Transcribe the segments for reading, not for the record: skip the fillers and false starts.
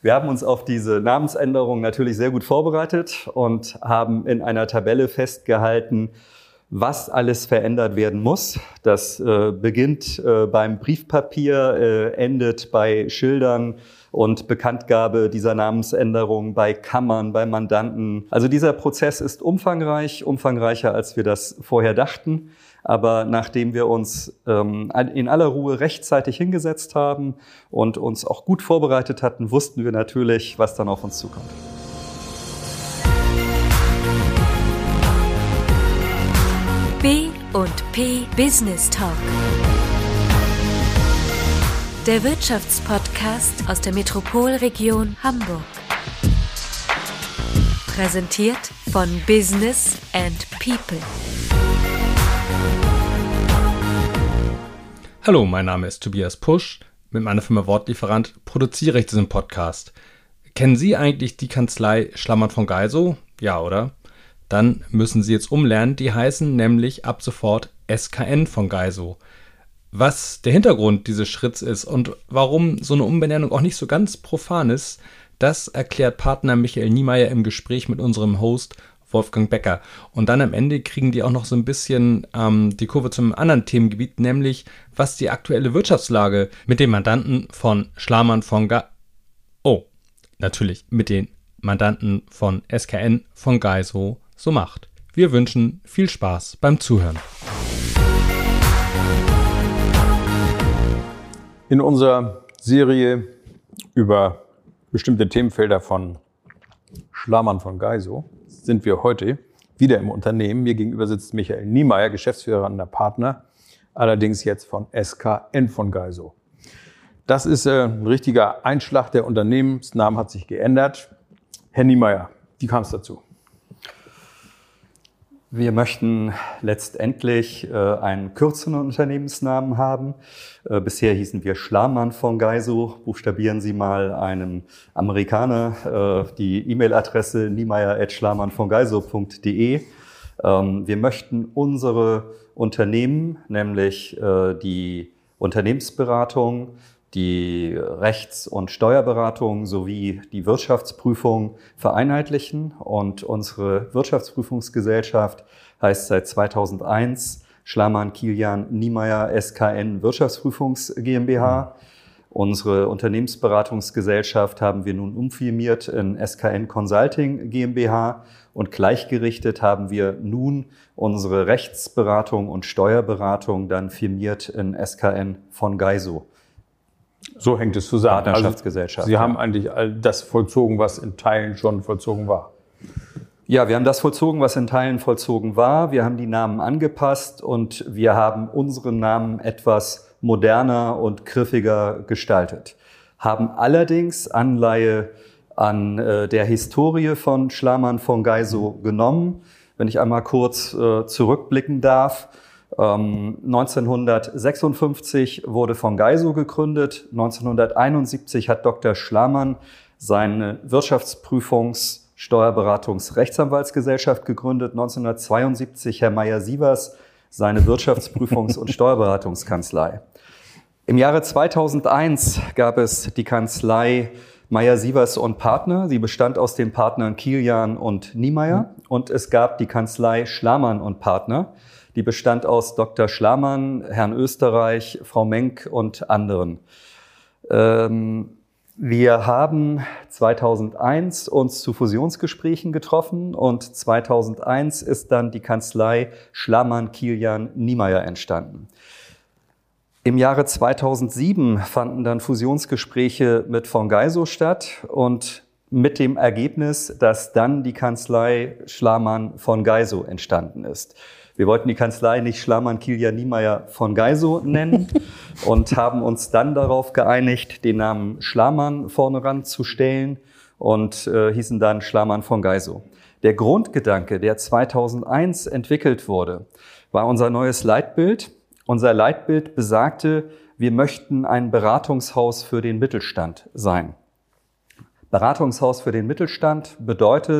Wir haben uns auf diese Namensänderung natürlich sehr gut vorbereitet und haben in einer Tabelle festgehalten, was alles verändert werden muss. Das beginnt beim Briefpapier, endet bei Schildern und Bekanntgabe dieser Namensänderung bei Kammern, bei Mandanten. Also dieser Prozess ist umfangreich, umfangreicher als wir das vorher dachten. Aber nachdem wir uns in aller Ruhe rechtzeitig hingesetzt haben und uns auch gut vorbereitet hatten, wussten wir natürlich, was dann auf uns zukommt. B&P Business Talk. Der Wirtschaftspodcast aus der Metropolregion Hamburg. Präsentiert von Business and People. Hallo, mein Name ist Tobias Pusch. Mit meiner Firma Wortlieferant produziere ich diesen Podcast. Kennen Sie eigentlich die Kanzlei Schlamann von Geisow? Ja, oder? Dann müssen Sie jetzt umlernen. Die heißen nämlich ab sofort SKN von Geisow. Was der Hintergrund dieses Schritts ist und warum so eine Umbenennung auch nicht so ganz profan ist, das erklärt Partner Michael Niemeyer im Gespräch mit unserem Host Wolfgang Becker. Und dann am Ende kriegen die auch noch so ein bisschen die Kurve zum anderen Themengebiet, nämlich was die aktuelle Wirtschaftslage mit den Mandanten von Schlamann von mit den Mandanten von SKN von Geisow so macht. Wir wünschen viel Spaß beim Zuhören. In unserer Serie über bestimmte Themenfelder von Schlamann von Geisow sind wir heute wieder im Unternehmen. Mir gegenüber sitzt Michael Niemeyer, Geschäftsführer und Partner, allerdings jetzt von SKN von Geisow. Das ist ein richtiger Einschlag. Der Unternehmensname hat sich geändert. Herr Niemeyer, wie kam es dazu? Wir möchten letztendlich einen kürzeren Unternehmensnamen haben. Bisher hießen wir Schlamann von Geisow. Buchstabieren Sie mal einem Amerikaner die E-Mail-Adresse niemeyer@schlamannvongeisow.de. Wir möchten unsere Unternehmen, nämlich die Unternehmensberatung, die Rechts- und Steuerberatung sowie die Wirtschaftsprüfung vereinheitlichen. Und unsere Wirtschaftsprüfungsgesellschaft heißt seit 2001 Schlamann Kilian Niemeyer SKN Wirtschaftsprüfungs GmbH. Unsere Unternehmensberatungsgesellschaft haben wir nun umfirmiert in SKN Consulting GmbH und gleichgerichtet haben wir nun unsere Rechtsberatung und Steuerberatung dann firmiert in SKN von Geisow. So hängt es zusammen. Partnerschaftsgesellschaft. Also Sie haben eigentlich all das vollzogen, was in Teilen schon vollzogen war. Ja, wir haben das vollzogen, was in Teilen vollzogen war. Wir haben die Namen angepasst und wir haben unseren Namen etwas moderner und griffiger gestaltet. Haben allerdings Anleihe an der Historie von Schlamann von Geisow genommen. Wenn ich einmal kurz zurückblicken darf. 1956 wurde von Geisow gegründet. 1971 hat Dr. Schlamann seine Wirtschaftsprüfungs-, Steuerberatungs-, Rechtsanwaltsgesellschaft gegründet. 1972 Herr Meyer-Sievers seine Wirtschaftsprüfungs- und Steuerberatungskanzlei. Im Jahre 2001 gab es die Kanzlei Meyer-Sievers und Partner. Sie bestand aus den Partnern Kilian und Niemeyer. Und es gab die Kanzlei Schlamann und Partner. Die bestand aus Dr. Schlamann, Herrn Österreich, Frau Menk und anderen. Wir haben 2001 uns zu Fusionsgesprächen getroffen und 2001 ist dann die Kanzlei Schlamann Kilian Niemeyer entstanden. Im Jahre 2007 fanden dann Fusionsgespräche mit von Geisow statt und mit dem Ergebnis, dass dann die Kanzlei Schlamann von Geisow entstanden ist. Wir wollten die Kanzlei nicht Schlamann Kilian Niemeyer von Geisow nennen und haben uns dann darauf geeinigt, den Namen Schlamann vorne ran zu stellen und hießen dann Schlamann von Geisow. Der Grundgedanke, der 2001 entwickelt wurde, war unser neues Leitbild. Unser Leitbild besagte, wir möchten ein Beratungshaus für den Mittelstand sein. Beratungshaus für den Mittelstand bedeutet,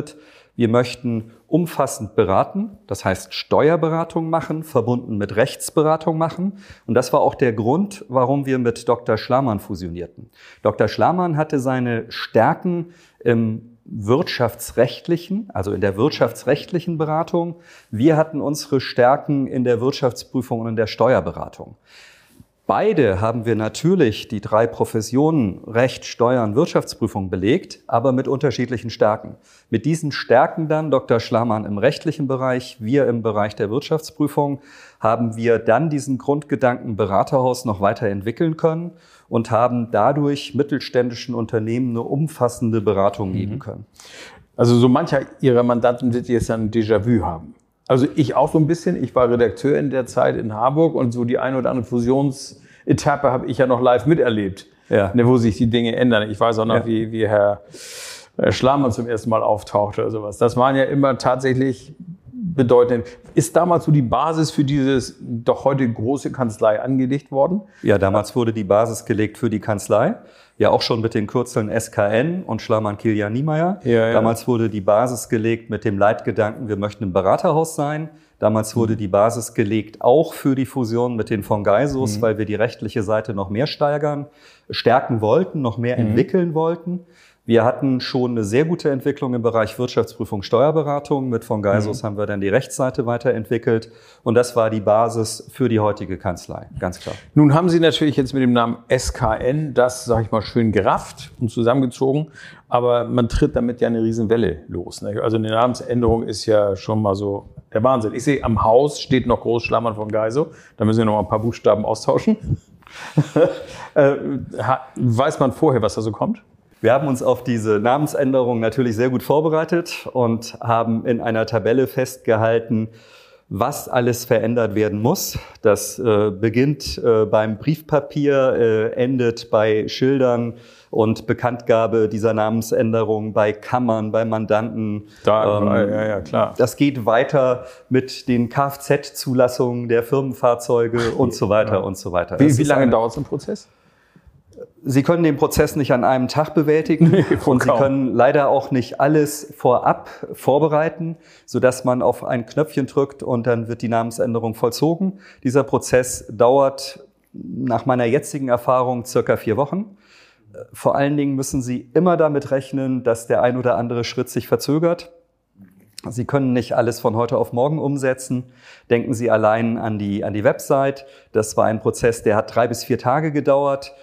Wir möchten umfassend beraten, das heißt Steuerberatung machen, verbunden mit Rechtsberatung machen. Und das war auch der Grund, warum wir mit Dr. Schlamann fusionierten. Dr. Schlamann hatte seine Stärken im wirtschaftsrechtlichen, also in der wirtschaftsrechtlichen Beratung. Wir hatten unsere Stärken in der Wirtschaftsprüfung und in der Steuerberatung. Beide haben wir natürlich die 3 Professionen Recht, Steuern, Wirtschaftsprüfung belegt, aber mit unterschiedlichen Stärken. Mit diesen Stärken dann, Dr. Schlamann im rechtlichen Bereich, wir im Bereich der Wirtschaftsprüfung, haben wir dann diesen Grundgedanken Beraterhaus noch weiterentwickeln können und haben dadurch mittelständischen Unternehmen eine umfassende Beratung geben können. Also so mancher Ihrer Mandanten wird jetzt ein Déjà-vu haben. Also ich auch so ein bisschen. Ich war Redakteur in der Zeit in Harburg und so die eine oder andere Fusionsetappe habe ich ja noch live miterlebt, wo sich die Dinge ändern. Ich weiß auch noch, wie Herr Schlamann zum ersten Mal auftauchte oder sowas. Das waren ja immer tatsächlich bedeutend. Ist damals so die Basis für dieses doch heute große Kanzlei angelegt worden? Ja, damals wurde die Basis gelegt für die Kanzlei. Ja, auch schon mit den Kürzeln SKN und Schlamann, Kilian, Niemeyer. Damals wurde die Basis gelegt mit dem Leitgedanken, wir möchten ein Beraterhaus sein. Damals wurde die Basis gelegt auch für die Fusion mit den von Geisos, weil wir die rechtliche Seite noch mehr stärken wollten, noch mehr entwickeln wollten. Wir hatten schon eine sehr gute Entwicklung im Bereich Wirtschaftsprüfung, Steuerberatung. Mit von Geisos haben wir dann die Rechtsseite weiterentwickelt. Und das war die Basis für die heutige Kanzlei, ganz klar. Nun haben Sie natürlich jetzt mit dem Namen SKN das, sag ich mal, schön gerafft und zusammengezogen. Aber man tritt damit ja eine Riesenwelle los. Ne? Also eine Namensänderung ist ja schon mal so der Wahnsinn. Ich sehe, am Haus steht noch groß Schlamann von Geiso. Da müssen wir noch mal ein paar Buchstaben austauschen. Weiß man vorher, was da so kommt? Wir haben uns auf diese Namensänderung natürlich sehr gut vorbereitet und haben in einer Tabelle festgehalten, was alles verändert werden muss. Das beginnt beim Briefpapier, endet bei Schildern und Bekanntgabe dieser Namensänderung bei Kammern, bei Mandanten. Klar. Das geht weiter mit den Kfz-Zulassungen der Firmenfahrzeuge und so weiter und so weiter. Wie lange dauert so ein Prozess? Sie können den Prozess nicht an einem Tag bewältigen und Sie können leider auch nicht alles vorab vorbereiten, sodass man auf ein Knöpfchen drückt und dann wird die Namensänderung vollzogen. Dieser Prozess dauert nach meiner jetzigen Erfahrung circa 4 Wochen. Vor allen Dingen müssen Sie immer damit rechnen, dass der ein oder andere Schritt sich verzögert. Sie können nicht alles von heute auf morgen umsetzen. Denken Sie allein an die Website. Das war ein Prozess, der hat 3 bis 4 Tage gedauert.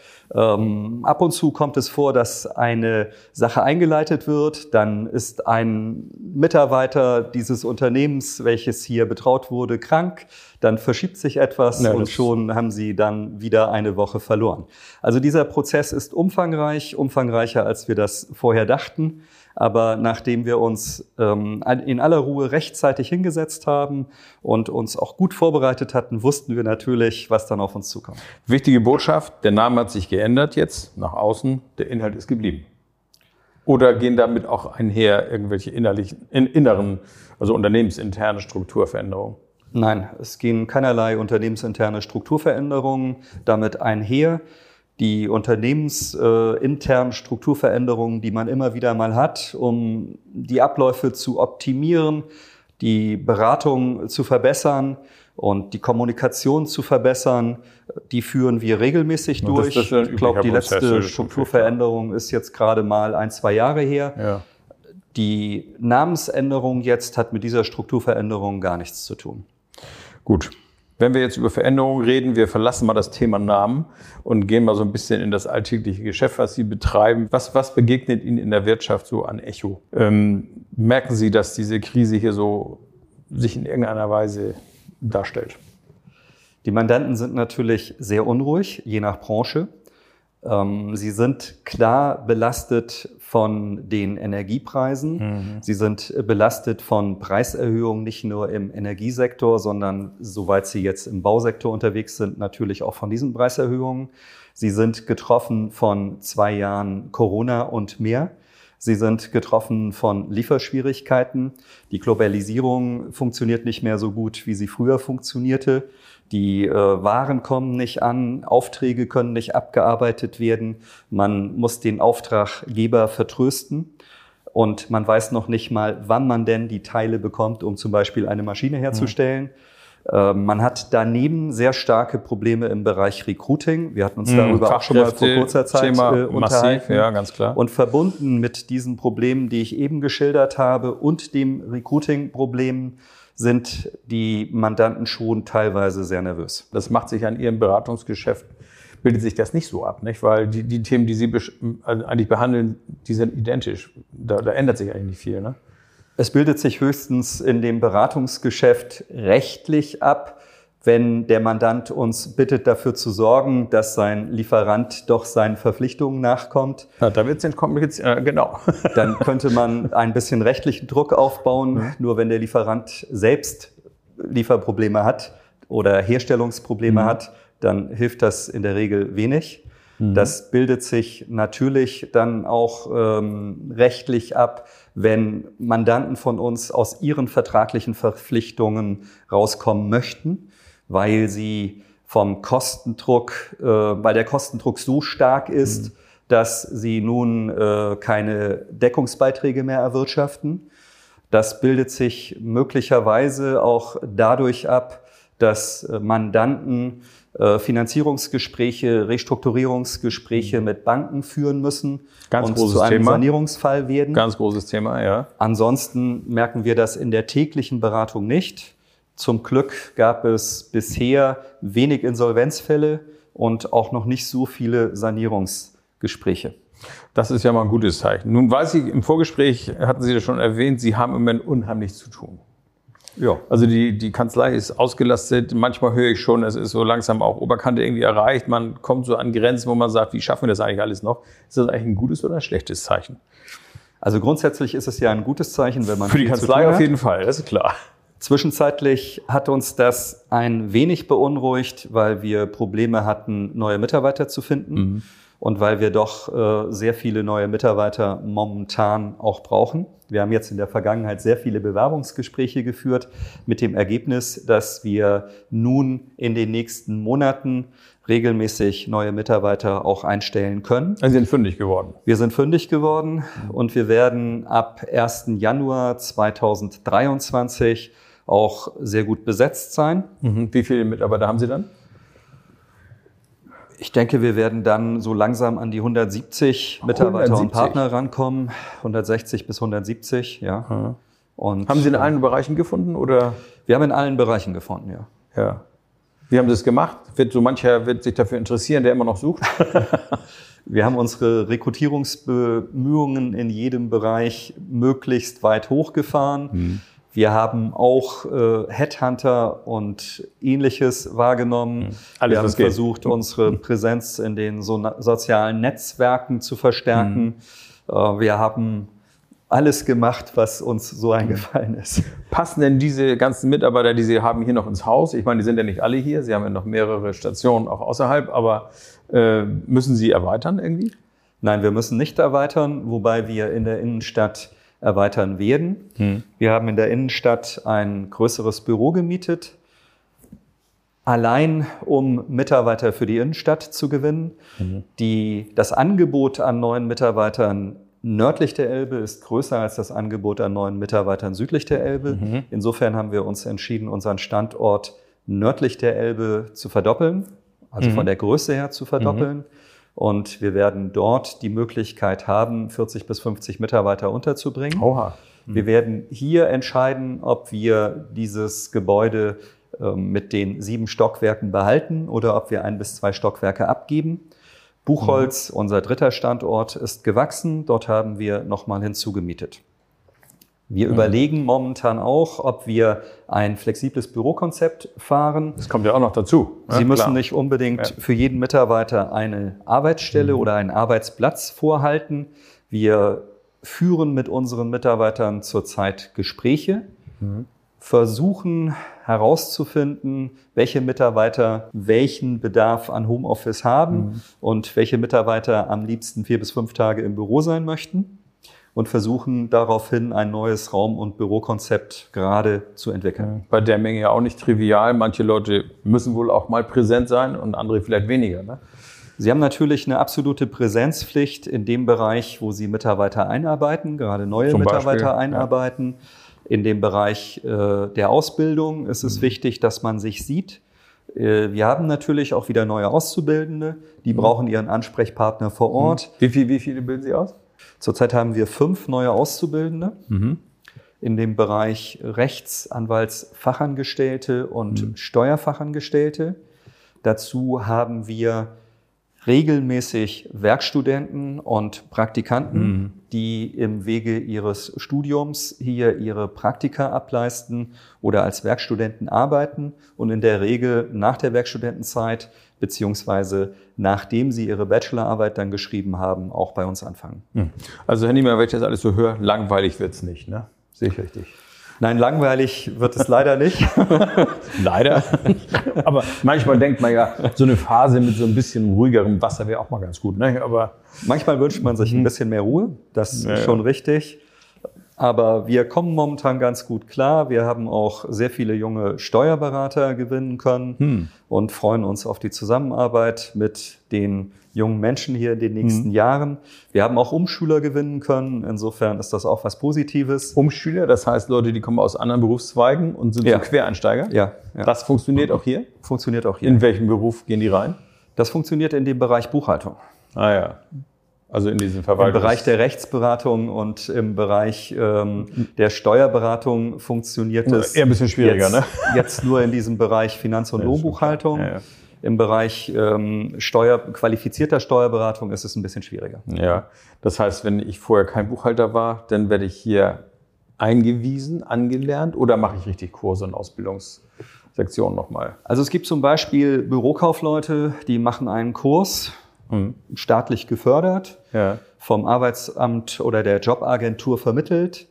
Ab und zu kommt es vor, dass eine Sache eingeleitet wird, dann ist ein Mitarbeiter dieses Unternehmens, welches hier betraut wurde, krank, dann verschiebt sich etwas und schon haben Sie dann wieder eine Woche verloren. Also dieser Prozess ist umfangreicher, als wir das vorher dachten. Aber nachdem wir uns in aller Ruhe rechtzeitig hingesetzt haben und uns auch gut vorbereitet hatten, wussten wir natürlich, was dann auf uns zukommt. Wichtige Botschaft, der Name hat sich geändert jetzt nach außen, der Inhalt ist geblieben. Oder gehen damit auch einher irgendwelche inneren, also unternehmensinterne Strukturveränderungen? Nein, es gehen keinerlei unternehmensinterne Strukturveränderungen damit einher. Die unternehmensinternen Strukturveränderungen, die man immer wieder mal hat, um die Abläufe zu optimieren, die Beratung zu verbessern und die Kommunikation zu verbessern, die führen wir regelmäßig durch. Ich glaube, die letzte Strukturveränderung ist jetzt gerade mal 1-2 Jahre her. Ja. Die Namensänderung jetzt hat mit dieser Strukturveränderung gar nichts zu tun. Gut. Wenn wir jetzt über Veränderungen reden, wir verlassen mal das Thema Namen und gehen mal so ein bisschen in das alltägliche Geschäft, was Sie betreiben. Was begegnet Ihnen in der Wirtschaft so an Echo? Merken Sie, dass diese Krise hier so sich in irgendeiner Weise darstellt? Die Mandanten sind natürlich sehr unruhig, je nach Branche. Sie sind klar belastet von den Energiepreisen. Sie sind belastet von Preiserhöhungen, nicht nur im Energiesektor, sondern soweit Sie jetzt im Bausektor unterwegs sind, natürlich auch von diesen Preiserhöhungen. Sie sind getroffen von 2 Jahren Corona und mehr. Sie sind getroffen von Lieferschwierigkeiten. Die Globalisierung funktioniert nicht mehr so gut, wie sie früher funktionierte. Die Waren kommen nicht an, Aufträge können nicht abgearbeitet werden. Man muss den Auftraggeber vertrösten. und man weiß noch nicht mal, wann man denn die Teile bekommt, um zum Beispiel eine Maschine herzustellen. Man hat daneben sehr starke Probleme im Bereich Recruiting. Wir hatten uns darüber auch schon mal vor kurzer Zeit unterhalten. Massiv, ja, ganz klar. Und verbunden mit diesen Problemen, die ich eben geschildert habe und dem Recruiting-Problem, sind die Mandanten schon teilweise sehr nervös. Das macht sich an Ihrem Beratungsgeschäft, bildet sich das nicht so ab, nicht? Weil die Themen, die Sie eigentlich behandeln, die sind identisch. Da ändert sich eigentlich nicht viel, ne? Es bildet sich höchstens in dem Beratungsgeschäft rechtlich ab, wenn der Mandant uns bittet, dafür zu sorgen, dass sein Lieferant doch seinen Verpflichtungen nachkommt. Ja, da wird es dann kompliziert, genau. Dann könnte man ein bisschen rechtlichen Druck aufbauen. Nur wenn der Lieferant selbst Lieferprobleme hat oder Herstellungsprobleme hat, dann hilft das in der Regel wenig. Das bildet sich natürlich dann auch rechtlich ab, wenn Mandanten von uns aus ihren vertraglichen Verpflichtungen rauskommen möchten, weil sie vom Kostendruck, weil der Kostendruck so stark ist, dass sie nun keine Deckungsbeiträge mehr erwirtschaften. Das bildet sich möglicherweise auch dadurch ab, dass Mandanten Finanzierungsgespräche, Restrukturierungsgespräche mit Banken führen müssen Ganz und großes zu einem Thema. Sanierungsfall werden. Ganz großes Thema, ja. Ansonsten merken wir das in der täglichen Beratung nicht. Zum Glück gab es bisher wenig Insolvenzfälle und auch noch nicht so viele Sanierungsgespräche. Das ist ja mal ein gutes Zeichen. Nun weiß ich, im Vorgespräch hatten Sie das schon erwähnt, Sie haben im Moment unheimlich zu tun. Ja. Also die Kanzlei ist ausgelastet. Manchmal höre ich schon, es ist so langsam auch Oberkante irgendwie erreicht. Man kommt so an Grenzen, wo man sagt, wie schaffen wir das eigentlich alles noch? Ist das eigentlich ein gutes oder ein schlechtes Zeichen? Also grundsätzlich ist es ja ein gutes Zeichen, wenn man Für die viel zu Kanzlei tun auf hat. jeden Fall, das ist klar. Zwischenzeitlich hat uns das ein wenig beunruhigt, weil wir Probleme hatten, neue Mitarbeiter zu finden und weil wir doch sehr viele neue Mitarbeiter momentan auch brauchen. Wir haben jetzt in der Vergangenheit sehr viele Bewerbungsgespräche geführt mit dem Ergebnis, dass wir nun in den nächsten Monaten regelmäßig neue Mitarbeiter auch einstellen können. Sie sind fündig geworden. Wir sind fündig geworden und wir werden ab 1. Januar 2023 auch sehr gut besetzt sein. Wie viele Mitarbeiter haben Sie dann? Ich denke, wir werden dann so langsam an die 170 Mitarbeiter 170. und Partner rankommen. 160 bis 170, ja. Und Haben Sie in allen Bereichen gefunden, oder? wir haben in allen Bereichen gefunden, ja. Ja. Wie haben Sie das gemacht? So mancher wird sich dafür interessieren, der immer noch sucht. Wir haben unsere Rekrutierungsbemühungen in jedem Bereich möglichst weit hochgefahren. Wir haben auch Headhunter und Ähnliches wahrgenommen. Alles, wir haben was geht. versucht, unsere Präsenz in den sozialen Netzwerken zu verstärken. Wir haben alles gemacht, was uns so eingefallen ist. Passen denn diese ganzen Mitarbeiter, die Sie haben, hier noch ins Haus? Ich meine, die sind ja nicht alle hier. Sie haben ja noch mehrere Stationen auch außerhalb. Aber müssen Sie erweitern irgendwie? Nein, wir müssen nicht erweitern, wobei wir in der Innenstadt erweitern werden. Wir haben in der Innenstadt ein größeres Büro gemietet, allein um Mitarbeiter für die Innenstadt zu gewinnen. Das Angebot an neuen Mitarbeitern nördlich der Elbe ist größer als das Angebot an neuen Mitarbeitern südlich der Elbe. Insofern haben wir uns entschieden, unseren Standort nördlich der Elbe zu verdoppeln, also von der Größe her zu verdoppeln. Und wir werden dort die Möglichkeit haben, 40 bis 50 Mitarbeiter unterzubringen. Oha. Wir werden hier entscheiden, ob wir dieses Gebäude mit den 7 Stockwerken behalten oder ob wir 1 bis 2 Stockwerke abgeben. Buchholz, unser dritter Standort, ist gewachsen. Dort haben wir nochmal hinzugemietet. Wir überlegen momentan auch, ob wir ein flexibles Bürokonzept fahren. Das kommt ja auch noch dazu. Sie müssen nicht unbedingt für jeden Mitarbeiter eine Arbeitsstelle oder einen Arbeitsplatz vorhalten. Wir führen mit unseren Mitarbeitern zurzeit Gespräche, versuchen herauszufinden, welche Mitarbeiter welchen Bedarf an Homeoffice haben und welche Mitarbeiter am liebsten 4 bis 5 Tage im Büro sein möchten. Und versuchen daraufhin ein neues Raum- und Bürokonzept gerade zu entwickeln. Bei der Menge ja auch nicht trivial. Manche Leute müssen wohl auch mal präsent sein und andere vielleicht weniger, ne? Sie haben natürlich eine absolute Präsenzpflicht in dem Bereich, wo Sie Mitarbeiter einarbeiten, gerade neue Mitarbeiter einarbeiten. Ja. In dem Bereich der Ausbildung ist es wichtig, dass man sich sieht. Wir haben natürlich auch wieder neue Auszubildende, die brauchen ihren Ansprechpartner vor Ort. Wie viele bilden Sie aus? Zurzeit haben wir 5 neue Auszubildende in dem Bereich Rechtsanwaltsfachangestellte und Steuerfachangestellte. Dazu haben wir regelmäßig Werkstudenten und Praktikanten, die im Wege ihres Studiums hier ihre Praktika ableisten oder als Werkstudenten arbeiten und in der Regel nach der Werkstudentenzeit beziehungsweise nachdem sie ihre Bachelorarbeit dann geschrieben haben, auch bei uns anfangen. Also Herr Niemeyer, wenn ich das alles so höre, langweilig wird's nicht, ne? Sehe ich richtig? Nein, langweilig wird es leider nicht. Leider. Aber manchmal denkt man ja, so eine Phase mit so ein bisschen ruhigerem Wasser wäre auch mal ganz gut, ne? Aber manchmal wünscht man sich ein bisschen mehr Ruhe. Das ist schon richtig. Aber wir kommen momentan ganz gut klar. Wir haben auch sehr viele junge Steuerberater gewinnen können und freuen uns auf die Zusammenarbeit mit den jungen Menschen hier in den nächsten Jahren. Wir haben auch Umschüler gewinnen können. Insofern ist das auch was Positives. Umschüler, das heißt Leute, die kommen aus anderen Berufszweigen und sind so Quereinsteiger? Ja. Das funktioniert auch hier? Funktioniert auch hier. In welchem Beruf gehen die rein? Das funktioniert in dem Bereich Buchhaltung. Ah ja. Also in diesen Im Bereich der Rechtsberatung und im Bereich der Steuerberatung funktioniert es eher ein bisschen schwieriger, jetzt nur in diesem Bereich Finanz- und Lohnbuchhaltung. Ja. Im Bereich qualifizierter Steuerberatung ist es ein bisschen schwieriger. Ja, das heißt, wenn ich vorher kein Buchhalter war, dann werde ich hier eingewiesen, angelernt oder mache ich richtig Kurse und Ausbildungssektionen nochmal? Also es gibt zum Beispiel Bürokaufleute, die machen einen Kurs, staatlich gefördert, vom Arbeitsamt oder der Jobagentur vermittelt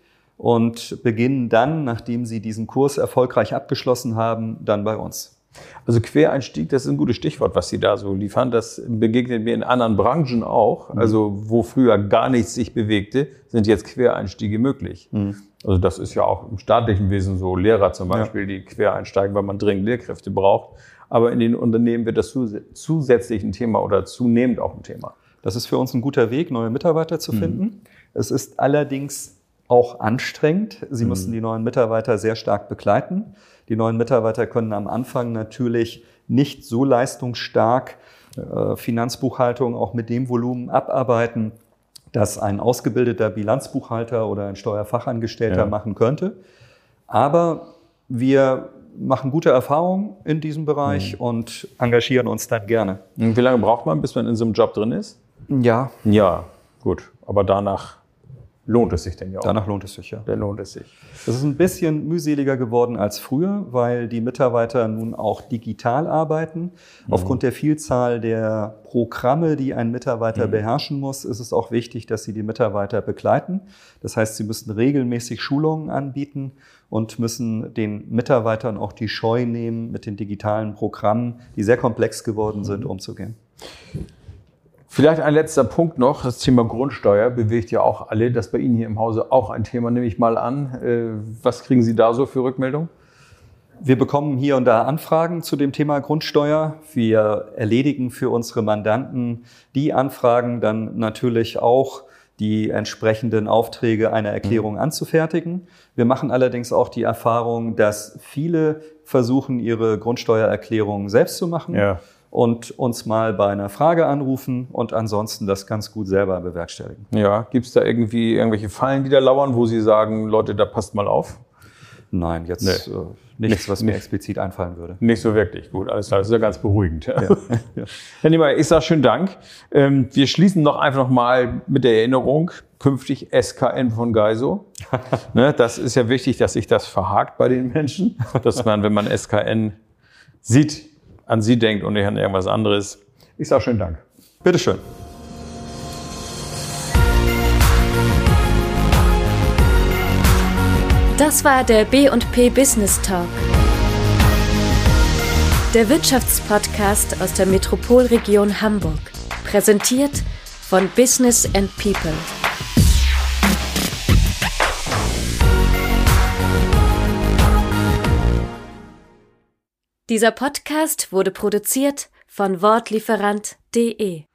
und beginnen dann, nachdem sie diesen Kurs erfolgreich abgeschlossen haben, dann bei uns. Also Quereinstieg, das ist ein gutes Stichwort, was Sie da so liefern. Das begegnet mir in anderen Branchen auch. Also wo früher gar nichts sich bewegte, sind jetzt Quereinstiege möglich. Also das ist ja auch im staatlichen Wesen so. Lehrer zum Beispiel, die quer einsteigen, weil man dringend Lehrkräfte braucht. Aber in den Unternehmen wird das zusätzlich ein Thema oder zunehmend auch ein Thema. Das ist für uns ein guter Weg, neue Mitarbeiter zu finden. Es ist allerdings auch anstrengend. Sie müssen die neuen Mitarbeiter sehr stark begleiten. Die neuen Mitarbeiter können am Anfang natürlich nicht so leistungsstark Finanzbuchhaltung auch mit dem Volumen abarbeiten, das ein ausgebildeter Bilanzbuchhalter oder ein Steuerfachangestellter machen könnte. Aber wir machen gute Erfahrungen in diesem Bereich und engagieren uns dann gerne. Und wie lange braucht man, bis man in so einem Job drin ist? Ja. Ja, gut. Aber danach lohnt es sich denn ja auch. Danach lohnt es sich, ja. Dann lohnt es sich. Das ist ein bisschen mühseliger geworden als früher, weil die Mitarbeiter nun auch digital arbeiten. Aufgrund der Vielzahl der Programme, die ein Mitarbeiter beherrschen muss, ist es auch wichtig, dass sie die Mitarbeiter begleiten. Das heißt, sie müssen regelmäßig Schulungen anbieten und müssen den Mitarbeitern auch die Scheu nehmen, mit den digitalen Programmen, die sehr komplex geworden sind, umzugehen. Vielleicht ein letzter Punkt noch, das Thema Grundsteuer bewegt ja auch alle. Das ist bei Ihnen hier im Hause auch ein Thema, nehme ich mal an. Was kriegen Sie da so für Rückmeldungen? Wir bekommen hier und da Anfragen zu dem Thema Grundsteuer. Wir erledigen für unsere Mandanten die Anfragen dann natürlich auch, die entsprechenden Aufträge einer Erklärung anzufertigen. Wir machen allerdings auch die Erfahrung, dass viele versuchen, ihre Grundsteuererklärung selbst zu machen. Ja. Und uns mal bei einer Frage anrufen und ansonsten das ganz gut selber bewerkstelligen. Ja, gibt es da irgendwie irgendwelche Fallen, die da lauern, wo Sie sagen, Leute, da passt mal auf? Nein, jetzt nichts, was mir explizit einfallen würde. Nicht so wirklich. Gut, alles klar, das ist ja ganz beruhigend. Ja. Herr Niemeyer, ich sage schönen Dank. Wir schließen noch einfach noch mal mit der Erinnerung, künftig SKN von Geiso. Das ist ja wichtig, dass sich das verhakt bei den Menschen, dass man, wenn man SKN sieht, an Sie denkt und nicht an irgendwas anderes. Ich sage schönen Dank. Bitteschön. Das war der B&P Business Talk. Der Wirtschaftspodcast aus der Metropolregion Hamburg. Präsentiert von Business and People. Dieser Podcast wurde produziert von wortlieferant.de